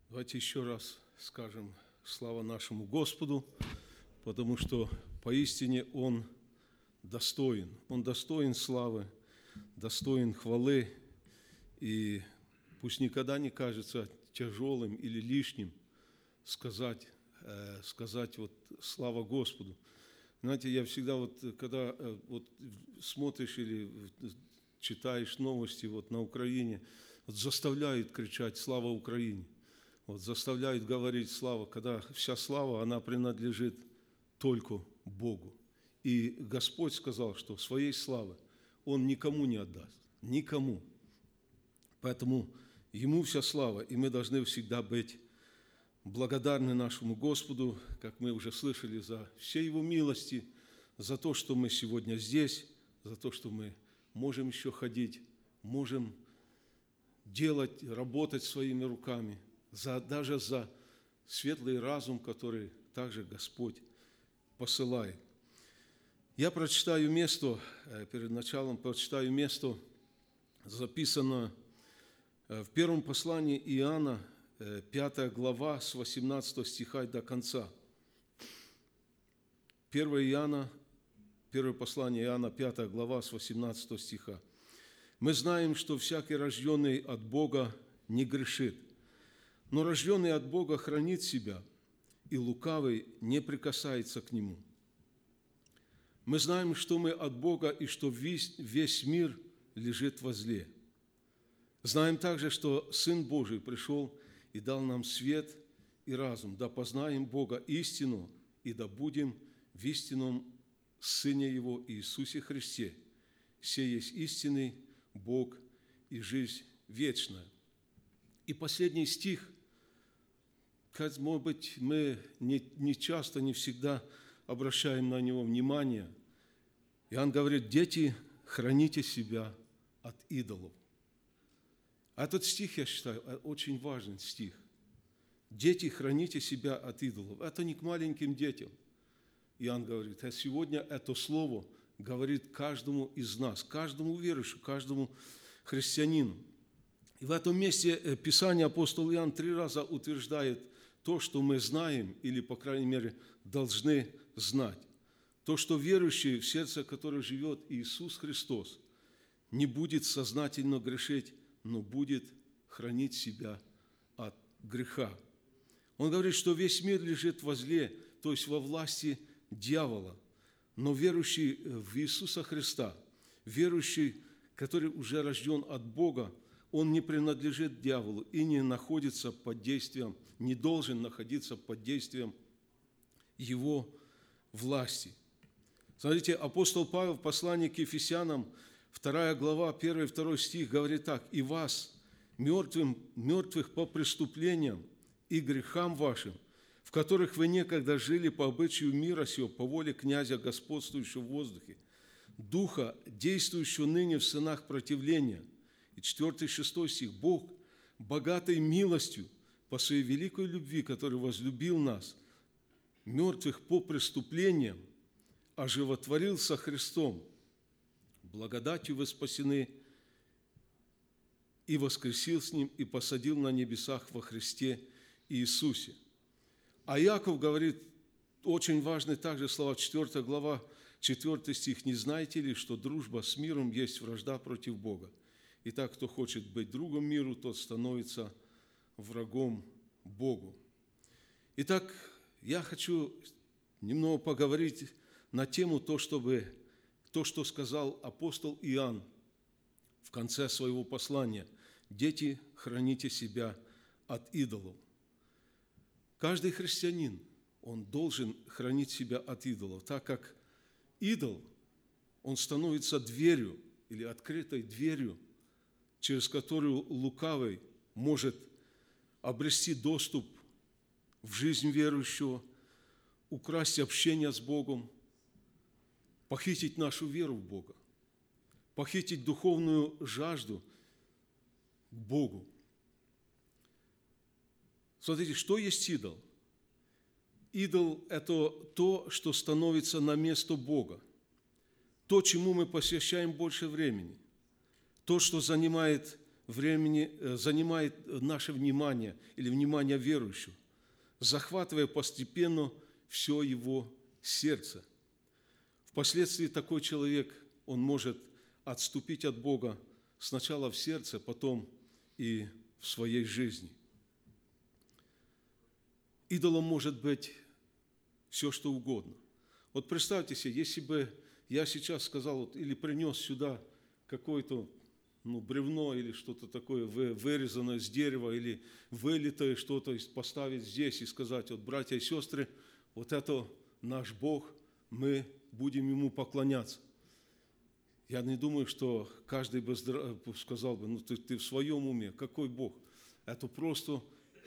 Давайте еще раз скажем слава нашему Господу, потому что поистине Он достоин славы, достоин хвалы, и пусть никогда не кажется тяжелым или лишним сказать вот слава Господу. Знаете, я всегда когда смотришь или читаешь новости на Украине, заставляют кричать «Слава Украине!», заставляют говорить «Слава», когда вся слава, она принадлежит только Богу. И Господь сказал, что своей славы Он никому не отдаст, никому. Поэтому Ему вся слава, и мы должны всегда быть благодарны нашему Господу, как мы уже слышали, за все Его милости, за то, что мы сегодня здесь, за то, что мы можем еще ходить, можем делать, работать своими руками, даже за светлый разум, который также Господь посылает. Я прочитаю место, перед началом прочитаю место, записано в первом послании Иоанна, 5 глава, с 18 стиха до конца. 1 послание Иоанна, 5 глава, с 18 стиха. «Мы знаем, что всякий, рожденный от Бога, не грешит, но рожденный от Бога хранит себя, и лукавый не прикасается к нему. Мы знаем, что мы от Бога, и что весь мир лежит во зле. Знаем также, что Сын Божий пришел и дал нам свет и разум, да познаем Бога истину, и да будем в истинном Сыне Его Иисусе Христе. Сей есть истинный Бог и жизнь вечная». И последний стих, может быть, мы не часто, не всегда обращаем на него внимание. Иоанн говорит: «Дети, храните себя от идолов». Этот стих, я считаю, очень важный стих. «Дети, храните себя от идолов». Это не к маленьким детям, Иоанн говорит, а сегодня это слово говорит каждому из нас, каждому верующему, каждому христианину. И в этом месте Писания апостол Иоанн 3 раза утверждает то, что мы знаем, или, по крайней мере, должны знать. То, что верующий, в сердце которого живет Иисус Христос, не будет сознательно грешить, но будет хранить себя от греха. Он говорит, что весь мир лежит во зле, то есть во власти дьявола. Но верующий в Иисуса Христа, верующий, который уже рожден от Бога, он не принадлежит дьяволу и не находится под действием, не должен находиться под действием его власти. Смотрите, апостол Павел в послании к Ефесянам, 2 глава, 1 и 2 стих говорит так: «И вас, мертвых по преступлениям и грехам вашим, в которых вы некогда жили по обычаю мира сего, по воле князя, господствующего в воздухе, духа, действующего ныне в сынах противления». И 4-6 стих: «Бог, богатой милостью, по своей великой любви, который возлюбил нас, мертвых по преступлениям, оживотворил со Христом. Благодатью вы спасены, и воскресил с Ним, и посадил на небесах во Христе Иисусе». А Иаков говорит очень важные также слова, 4 глава, 4 стих: «Не знаете ли, что дружба с миром есть вражда против Бога? Итак, кто хочет быть другом миру, тот становится врагом Богу». Итак, я хочу немного поговорить на тему то, что сказал апостол Иоанн в конце своего послания: «Дети, храните себя от идолов». Каждый христианин, он должен хранить себя от идолов, так как идол, он становится дверью или открытой дверью, через которую лукавый может обрести доступ в жизнь верующего, украсть общение с Богом, похитить нашу веру в Бога, похитить духовную жажду к Богу. Смотрите, что есть идол? Идол – это то, что становится на место Бога, то, чему мы посвящаем больше времени, то, что занимает времени занимает наше внимание или внимание верующего, захватывая постепенно все его сердце. Впоследствии такой человек, он может отступить от Бога сначала в сердце, потом и в своей жизни. Идолом может быть все, что угодно. Вот представьте себе, если бы я сейчас сказал, или принес сюда какое-то бревно или что-то такое вырезанное с дерева, или вылитое что-то поставить здесь и сказать: вот, братья и сестры, вот это наш Бог, мы будем Ему поклоняться. Я не думаю, что каждый бы сказал бы: ты в своем уме, какой Бог? Это просто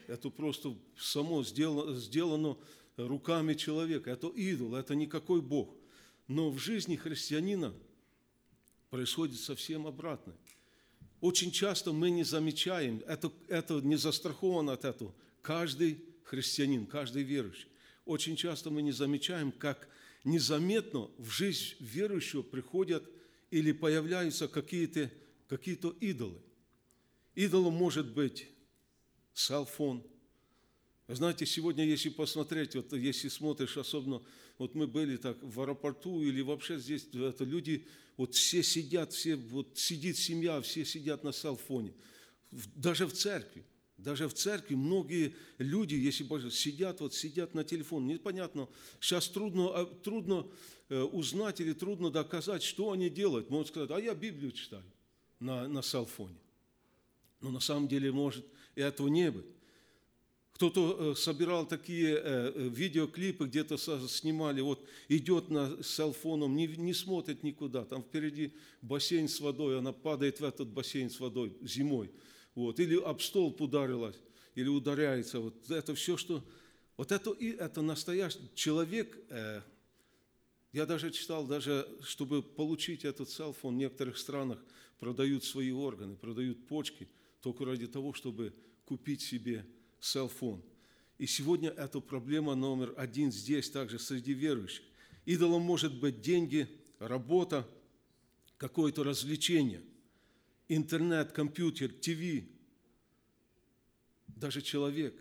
само сделано руками человека. Это идол, это никакой Бог. Но в жизни христианина происходит совсем обратное. Очень часто мы не замечаем, это не застраховано от этого. Каждый христианин, каждый верующий. Очень часто мы не замечаем, как незаметно в жизнь верующего приходят или появляются какие-то идолы. Идолом может быть селфон. Вы знаете, сегодня, если посмотреть, вот если смотришь, особенно, вот мы были так в аэропорту или вообще здесь, это люди, вот все сидит семья, все сидят на селфоне. Даже в церкви многие люди, если сидят на телефоне. Непонятно, сейчас трудно узнать или трудно доказать, что они делают. Могут сказать: а я Библию читаю на селфоне. Но на самом деле, может, и этого не быть. Кто-то собирал такие видеоклипы, где-то снимали, вот идет с селфоном, не смотрит никуда, там впереди бассейн с водой, она падает в этот бассейн с водой зимой, вот, или об столб ударилась, или ударяется. Вот это все, что... Вот это настоящий человек. Я даже читал, чтобы получить этот селфон, в некоторых странах продают свои органы, продают почки, только ради того, чтобы купить себе селфон. И сегодня это проблема номер один здесь, также среди верующих. Идолом может быть деньги, работа, какое-то развлечение, интернет, компьютер, ТВ, даже человек.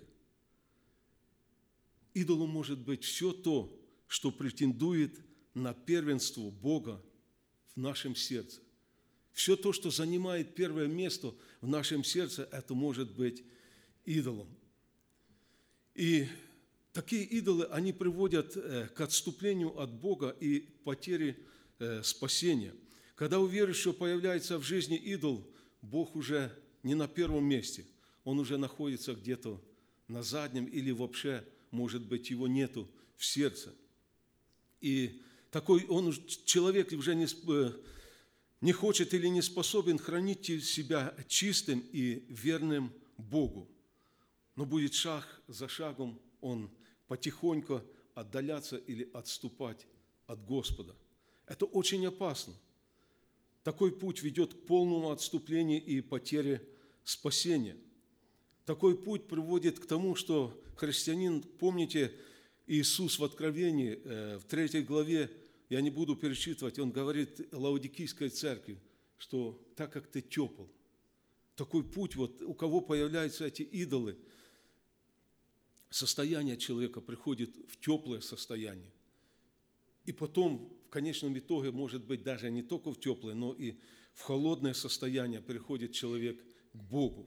Идолом может быть все то, что претендует на первенство Бога в нашем сердце. Все то, что занимает первое место в нашем сердце, это может быть идолом. И такие идолы, они приводят к отступлению от Бога и потере спасения. Когда у верующего появляется в жизни идол, Бог уже не на первом месте, он уже находится где-то на заднем или вообще, может быть, его нету в сердце. И такой человек уже не хочет или не способен хранить себя чистым и верным Богу. Но будет шаг за шагом он потихоньку отдаляться или отступать от Господа. Это очень опасно. Такой путь ведет к полному отступлению и потере спасения. Такой путь приводит к тому, что христианин, помните, Иисус в Откровении, в 3 главе, я не буду перечитывать, он говорит Лаодикийской церкви, что так как ты тепл, такой путь, вот у кого появляются эти идолы, состояние человека приходит в теплое состояние. И потом, в конечном итоге, может быть, даже не только в теплое, но и в холодное состояние приходит человек к Богу.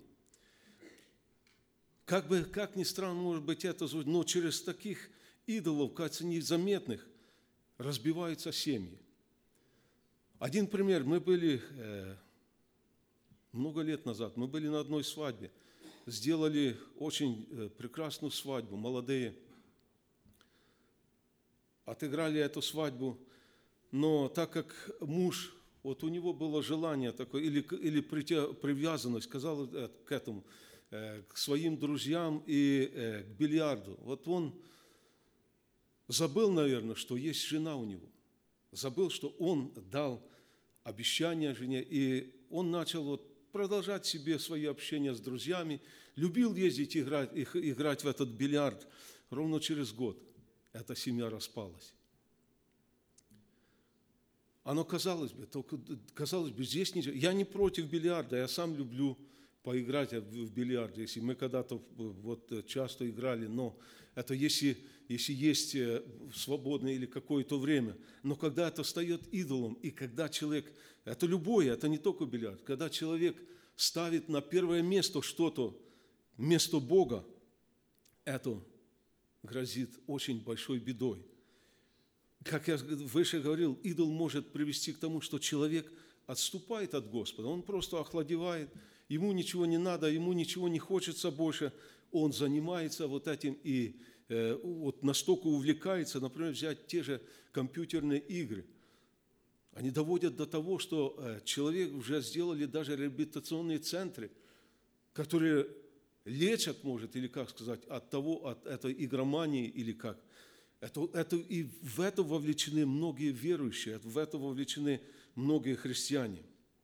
Как ни странно, может быть, это звучит, но через таких идолов, кажется, незаметных, разбиваются семьи. Один пример. Мы были много лет назад, мы были на одной свадьбе, сделали очень прекрасную свадьбу, молодые, отыграли эту свадьбу, но так как муж, вот у него было желание такое, или привязанность, сказал к этому, к своим друзьям и к бильярду. Вот он забыл, наверное, что есть жена у него. Забыл, что он дал обещание жене, и он начал продолжать себе свои общения с друзьями, любил ездить играть в этот бильярд. Ровно через год эта семья распалась. Оно казалось бы, здесь ничего. Я не против бильярда, я сам люблю поиграть в бильярд, если мы когда-то вот часто играли, но это если есть свободное или какое-то время. Но когда это стает идолом, и когда человек, это любое, это не только бильярд, когда человек ставит на первое место что-то, вместо Бога, это грозит очень большой бедой. Как я выше говорил, идол может привести к тому, что человек отступает от Господа, он просто охладевает, ему ничего не надо, ему ничего не хочется больше, он занимается вот этим и вот настолько увлекается, например, взять те же компьютерные игры. Они доводят до того, что человек уже сделали даже реабилитационные центры, которые лечат, может, или как сказать, от этой игромании, или как. И в это вовлечены многие верующие, в это вовлечены многие христиане.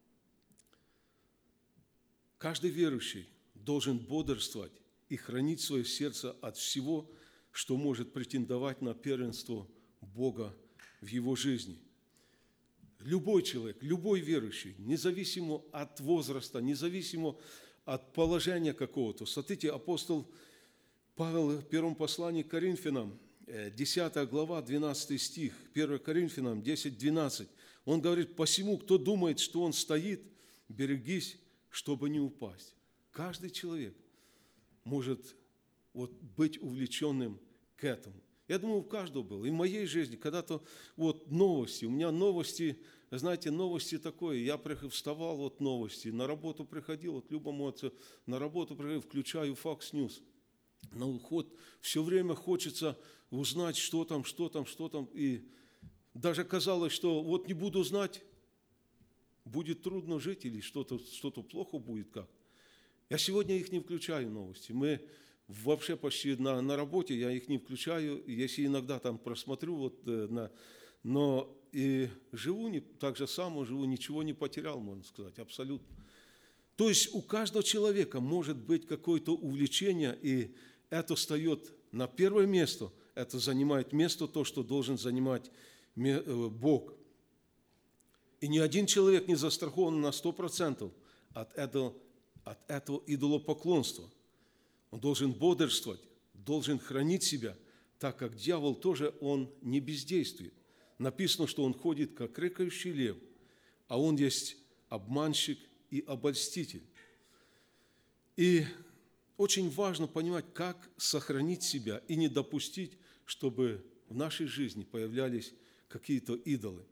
Каждый верующий должен бодрствовать и хранить свое сердце от всего, что может претендовать на первенство Бога в его жизни. Любой человек, любой верующий, независимо от возраста, независимо от положения какого-то. Смотрите, апостол Павел в первом послании к Коринфянам, 10 глава, 12 стих, 1 Коринфянам 10, 12. Он говорит: «Посему, кто думает, что он стоит, берегись, чтобы не упасть». Каждый человек может быть увлеченным к этому. Я думаю, у каждого было. И в моей жизни когда-то новости. У меня новости, знаете, новости такое. Я вставал, новости. На работу приходил, Люба молится, на работу приходил, включаю Fox News. На уход все время хочется узнать, что там. И даже казалось, что не буду знать, будет трудно жить или что-то плохо будет как. Я сегодня их не включаю, новости. Мы вообще почти на работе, я их не включаю, если иногда там просмотрю, но и живу так же само, ничего не потерял, можно сказать, абсолютно. То есть у каждого человека может быть какое-то увлечение, и это встает на первое место, это занимает место то, что должен занимать Бог. И ни один человек не застрахован на 100% от этого идолопоклонства. Он должен бодрствовать, должен хранить себя, так как дьявол тоже, он не бездействует. Написано, что он ходит, как рыкающий лев, а он есть обманщик и обольститель. И очень важно понимать, как сохранить себя и не допустить, чтобы в нашей жизни появлялись какие-то идолы.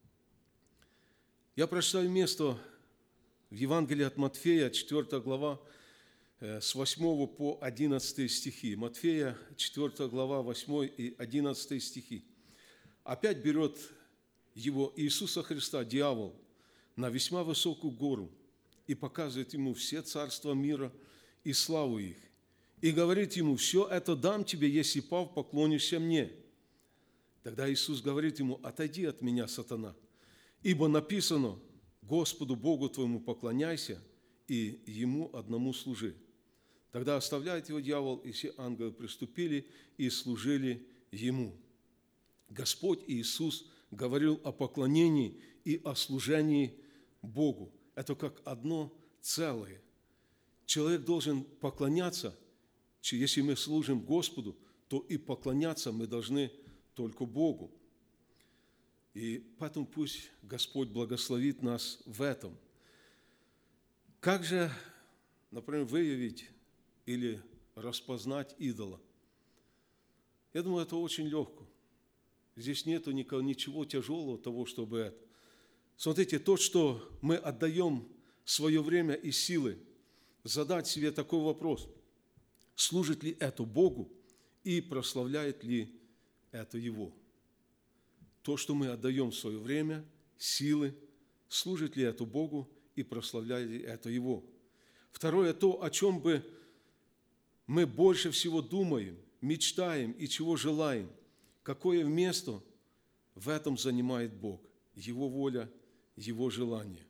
Я прочитаю место в Евангелии от Матфея, 4 глава, с 8 по 11 стихи. Матфея, 4 глава, 8 и 11 стихи. Опять берет его Иисуса Христа, дьявол, на весьма высокую гору и показывает ему все царства мира и славу их. И говорит ему: «Все это дам тебе, если, пав, поклонишься мне». Тогда Иисус говорит ему: «Отойди от меня, сатана, ибо написано: Господу Богу твоему поклоняйся и Ему одному служи». Тогда оставляет его дьявол, и все ангелы приступили и служили ему. Господь Иисус говорил о поклонении и о служении Богу. Это как одно целое. Человек должен поклоняться, если мы служим Господу, то и поклоняться мы должны только Богу. И поэтому пусть Господь благословит нас в этом. Как же, например, выявить или распознать идола? Я думаю, это очень легко. Здесь нету ничего тяжелого того, чтобы это. Смотрите, то, что мы отдаем свое время и силы, задать себе такой вопрос: служит ли это Богу и прославляет ли это Его? То, что мы отдаем свое время, силы, служит ли это Богу и прославляет ли это Его? Второе, то, о чем бы мы больше всего думаем, мечтаем и чего желаем, какое место в этом занимает Бог, Его воля, Его желание.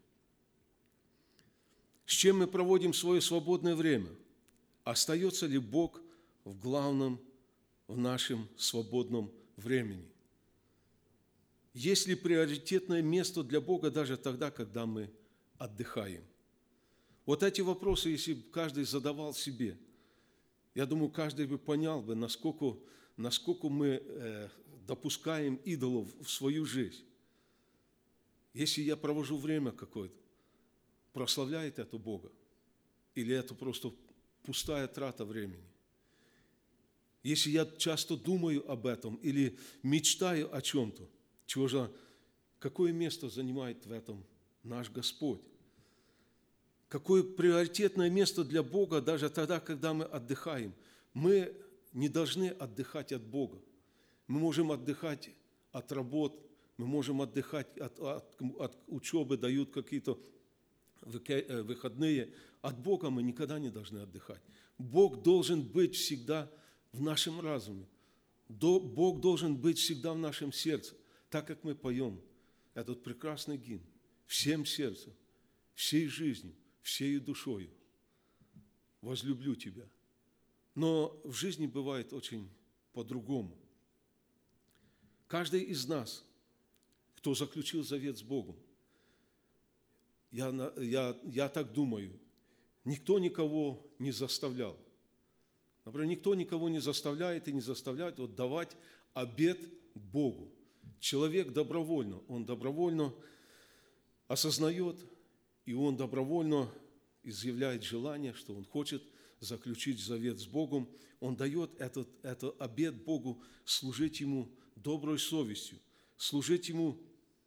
С чем мы проводим свое свободное время? Остается ли Бог в главном в нашем свободном времени? Есть ли приоритетное место для Бога даже тогда, когда мы отдыхаем? Вот эти вопросы, если бы каждый задавал себе, я думаю, каждый бы понял бы, насколько мы допускаем идолов в свою жизнь. Если я провожу время какое-то, прославляет это Бога? Или это просто пустая трата времени? Если я часто думаю об этом или мечтаю о чем-то, какое место занимает в этом наш Господь? Какое приоритетное место для Бога даже тогда, когда мы отдыхаем? Мы не должны отдыхать от Бога. Мы можем отдыхать от работ, мы можем отдыхать от учебы, дают какие-то выходные. От Бога мы никогда не должны отдыхать. Бог должен быть всегда в нашем разуме. Бог должен быть всегда в нашем сердце, так как мы поем этот прекрасный гимн всем сердцем, всей жизнью, всей душою. Возлюблю Тебя. Но в жизни бывает очень по-другому. Каждый из нас, кто заключил завет с Богом, я так думаю, никто никого не заставлял. Например, никто никого не заставляет и не заставляет давать обет Богу. Человек добровольно, он добровольно осознает, и он добровольно изъявляет желание, что он хочет заключить завет с Богом. Он дает этот обет Богу служить Ему доброй совестью, служить Ему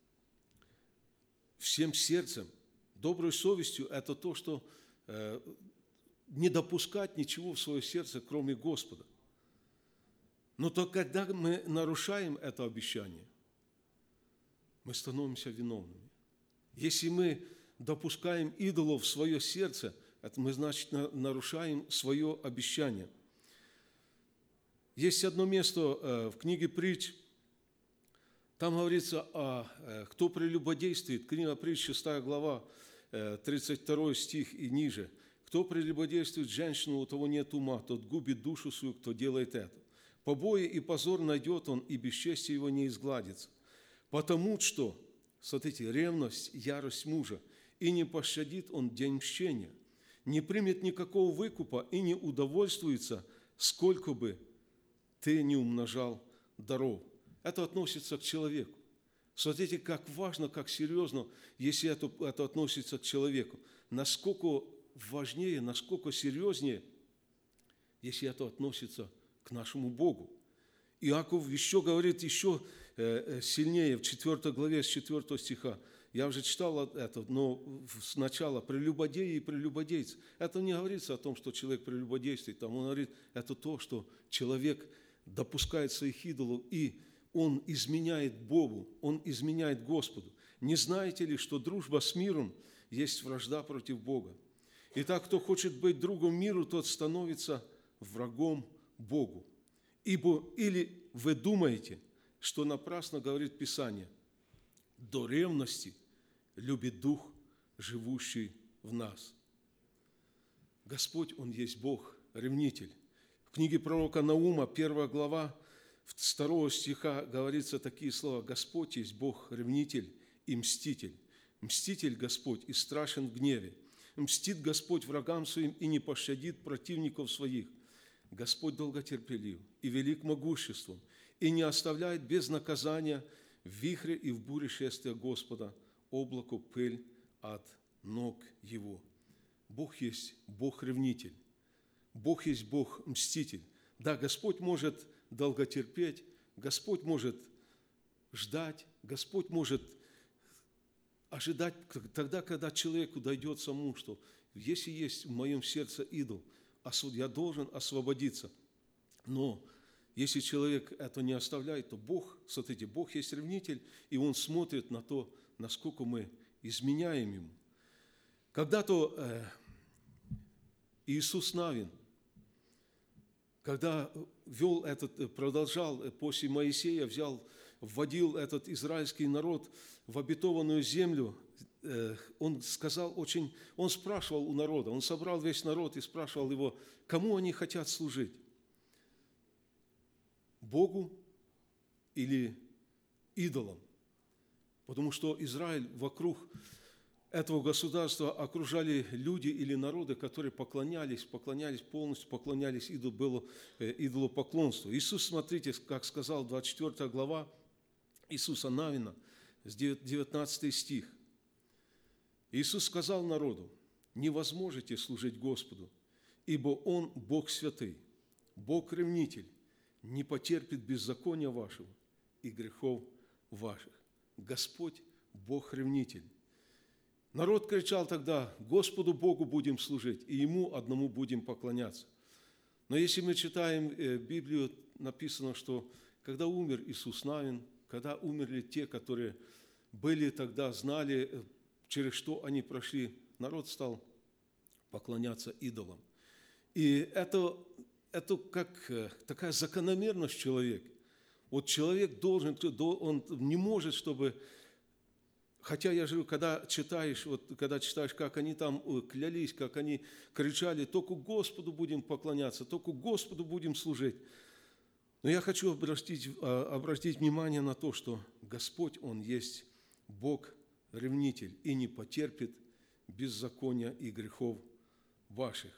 всем сердцем. Доброй совестью – это то, что не допускать ничего в свое сердце, кроме Господа. Но то, когда мы нарушаем это обещание, мы становимся виновными. Если мы допускаем идолов в свое сердце, это мы, значит, нарушаем свое обещание. Есть одно место в книге Притч, там говорится кто прелюбодействует, книга Притч, 6 глава, 32 стих и ниже. Кто прелюбодействует женщину, у того нет ума, тот губит душу свою, кто делает это. Побои и позор найдет он, и бесчестие его не изгладится. Потому что, смотрите, ревность, ярость мужа, и не пощадит он день мщения, не примет никакого выкупа и не удовольствуется, сколько бы ты не умножал даров. Это относится к человеку. Смотрите, как важно, как серьезно, если это относится к человеку. Насколько важнее, насколько серьезнее, если это относится к нашему Богу. Иаков еще говорит еще сильнее в 4 главе с 4 стиха. Я уже читал это, но сначала прелюбодеи и прелюбодейцы. Это не говорится о том, что человек прелюбодействует. Там он говорит, это то, что человек допускает своих идолов, и он изменяет Богу, он изменяет Господу. Не знаете ли, что дружба с миром есть вражда против Бога? Итак, кто хочет быть другом миру, тот становится врагом Богу. Или вы думаете, что напрасно говорит Писание, до ревности любит Дух, живущий в нас. Господь, Он есть Бог, ревнитель. В книге пророка Наума, 1 глава, 2 стиха говорится такие слова. Господь есть Бог, ревнитель и мститель. Мститель Господь и страшен в гневе. Мстит Господь врагам своим и не пощадит противников своих. Господь долготерпелив и велик могуществом, и не оставляет без наказания в вихре и в буре шествия Господа, облаку пыль от ног Его. Бог есть Бог-ревнитель. Бог есть Бог-мститель. Да, Господь может долготерпеть, Господь может ждать, Господь может ожидать тогда, когда человеку дойдет самому, что если есть в моем сердце идол, я должен освободиться. Но если человек это не оставляет, то Бог, смотрите, Бог есть ревнитель, и Он смотрит на то, насколько мы изменяем Ему. Когда-то Иисус Навин, когда продолжал после Моисея, вводил этот израильский народ в обетованную землю, он спрашивал у народа, он собрал весь народ и спрашивал его, кому они хотят служить? Богу или идолам? Потому что Израиль вокруг этого государства окружали люди или народы, которые поклонялись полностью, поклонялись идолопоклонству. Иисус, смотрите, как сказал 24 глава Иисуса Навина, 19 стих. Иисус сказал народу: «Не возможете служить Господу, ибо Он Бог святый, Бог-ревнитель, не потерпит беззакония вашего и грехов ваших». Господь Бог-ревнитель. Народ кричал тогда: «Господу Богу будем служить, и Ему одному будем поклоняться». Но если мы читаем Библию, написано, что когда умер Иисус Навин, когда умерли те, которые были тогда, знали, через что они прошли, народ стал поклоняться идолам. И это как такая закономерность человека. Вот человек должен, он не может, чтобы... Хотя я же говорю, когда читаешь, как они там клялись, как они кричали: «Только Господу будем поклоняться, только Господу будем служить». Но я хочу обратить внимание на то, что Господь, Он есть Бог-ревнитель и не потерпит беззакония и грехов ваших.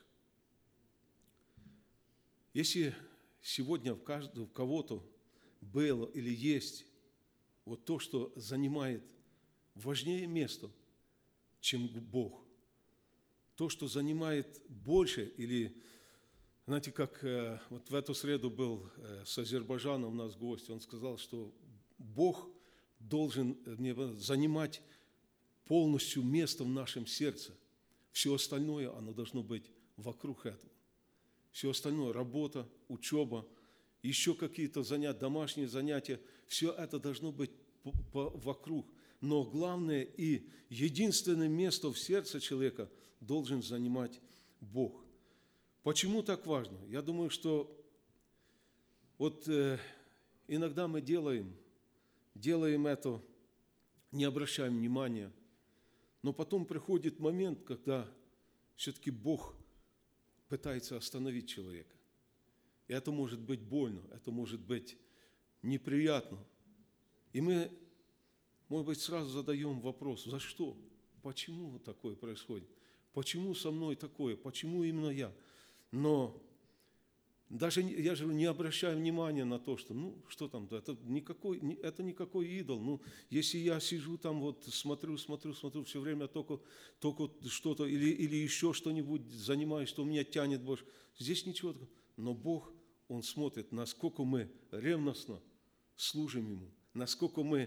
Если сегодня в кого-то было или есть вот то, что занимает важнее место, чем Бог, то, что занимает больше, или, знаете, как вот в эту среду был с Азербайджана у нас гость, он сказал, что Бог должен занимать полностью место в нашем сердце. Все остальное, оно должно быть вокруг этого. Все остальное, работа, учеба, еще какие-то занятия, домашние занятия, все это должно быть вокруг. Но главное и единственное место в сердце человека должен занимать Бог. Почему так важно? Я думаю, что вот иногда мы делаем это, не обращаем внимания, но потом приходит момент, когда все-таки Бог пытается остановить человека. И это может быть больно, это может быть неприятно. И мы, может быть, сразу задаем вопрос: за что? Почему такое происходит? Почему со мной такое? Почему именно я? Но даже я же не обращаю внимания на то, что, что там, это никакой идол. Если я сижу там, вот смотрю, все время только что-то или еще что-нибудь занимаюсь, что меня тянет больше. Здесь ничего такого. Но Бог, Он смотрит, насколько мы ревностно служим Ему, насколько мы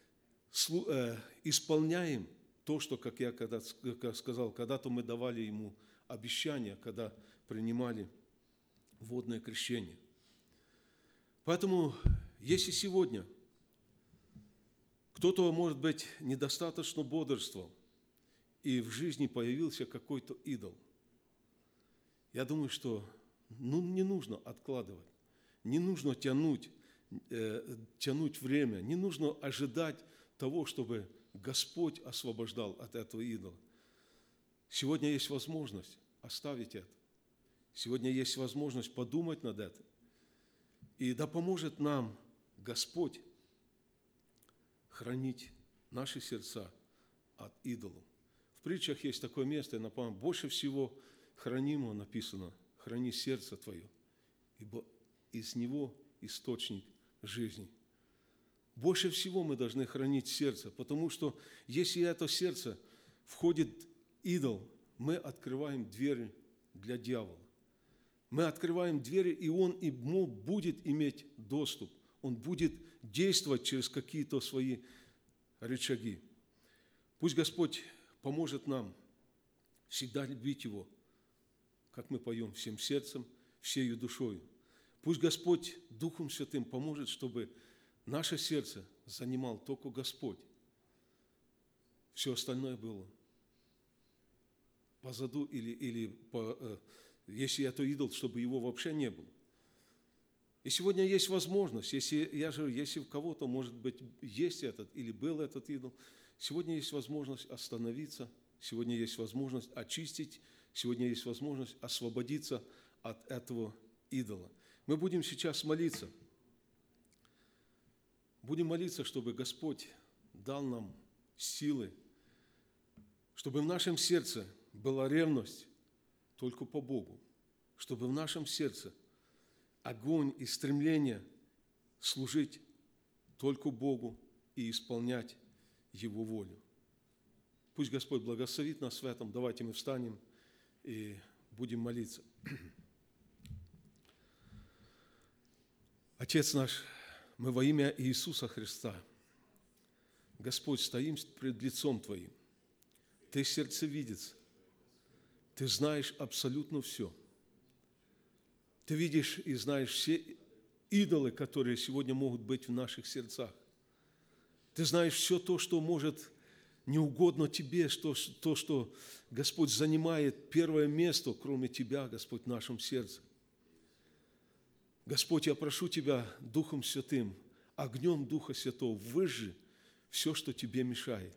исполняем то, что, как я сказал, когда-то мы давали Ему обещания, когда принимали водное крещение. Поэтому, если сегодня кто-то, может быть, недостаточно бодрствовал, и в жизни появился какой-то идол, я думаю, что не нужно откладывать, не нужно тянуть время, не нужно ожидать того, чтобы Господь освобождал от этого идола. Сегодня есть возможность оставить это. Сегодня есть возможность подумать над этим. И да поможет нам Господь хранить наши сердца от идолов. В притчах есть такое место, я напомню, больше всего хранимого написано: «Храни сердце твое, ибо из него источник жизни». Больше всего мы должны хранить сердце, потому что если это сердце входит идол, мы открываем двери для дьявола. Мы открываем двери, и он будет иметь доступ. Он будет действовать через какие-то свои рычаги. Пусть Господь поможет нам всегда любить Его, как мы поем, всем сердцем, всею душою. Пусть Господь Духом Святым поможет, чтобы наше сердце занимал только Господь. Все остальное было позаду если это идол, чтобы его вообще не было. И сегодня есть возможность, если у кого-то, может быть, есть этот или был этот идол, сегодня есть возможность остановиться, сегодня есть возможность очистить, сегодня есть возможность освободиться от этого идола. Мы будем сейчас молиться. Будем молиться, чтобы Господь дал нам силы, чтобы в нашем сердце была ревность только по Богу, чтобы в нашем сердце огонь и стремление служить только Богу и исполнять Его волю. Пусть Господь благословит нас в этом. Давайте мы встанем и будем молиться. Отец наш, мы во имя Иисуса Христа, Господь, стоим пред лицом Твоим. Ты сердцевидец, Ты знаешь абсолютно все. Ты видишь и знаешь все идолы, которые сегодня могут быть в наших сердцах. Ты знаешь все то, что может не угодно Тебе, то, что Господь занимает первое место, кроме Тебя, Господь, в нашем сердце. Господь, я прошу Тебя Духом Святым, огнем Духа Святого, выжжи все, что Тебе мешает.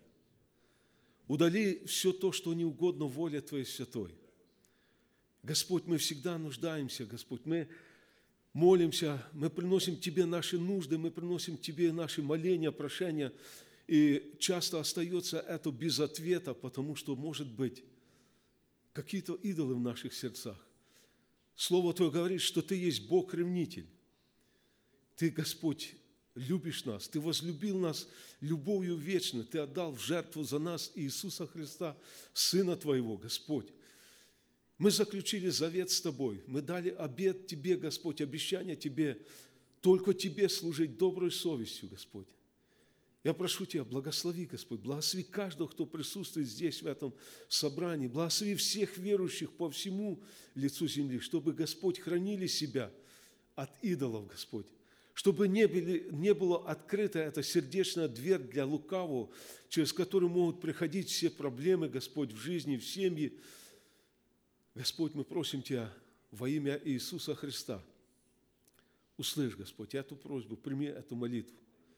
Удали все то, что не угодно воле Твоей Святой. Господь, мы всегда нуждаемся, Господь, мы молимся, мы приносим Тебе наши нужды, мы приносим Тебе наши моления, прошения, и часто остается это без ответа, потому что, может быть, какие-то идолы в наших сердцах. Слово Твое говорит, что Ты есть Бог-ревнитель. Ты, Господь, любишь нас, Ты возлюбил нас любовью вечной, Ты отдал в жертву за нас Иисуса Христа, Сына Твоего, Господь. Мы заключили завет с Тобой, мы дали обет Тебе, Господь, обещание Тебе, только Тебе служить доброй совестью, Господь. Я прошу Тебя, благослови, Господь, благослови каждого, кто присутствует здесь, в этом собрании, благослови всех верующих по всему лицу земли, чтобы, Господь, хранили себя от идолов, Господь, чтобы не была открыта эта сердечная дверь для лукавого, через которую могут приходить все проблемы, Господь, в жизни, в семье. Господь, мы просим Тебя во имя Иисуса Христа, услышь, Господь, эту просьбу, прими эту молитву.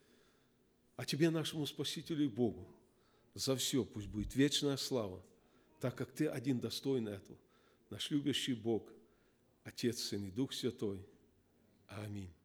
А Тебе, нашему Спасителю и Богу, за все пусть будет вечная слава, так как Ты один достоин этого, наш любящий Бог, Отец, Сын и Дух Святой. Аминь.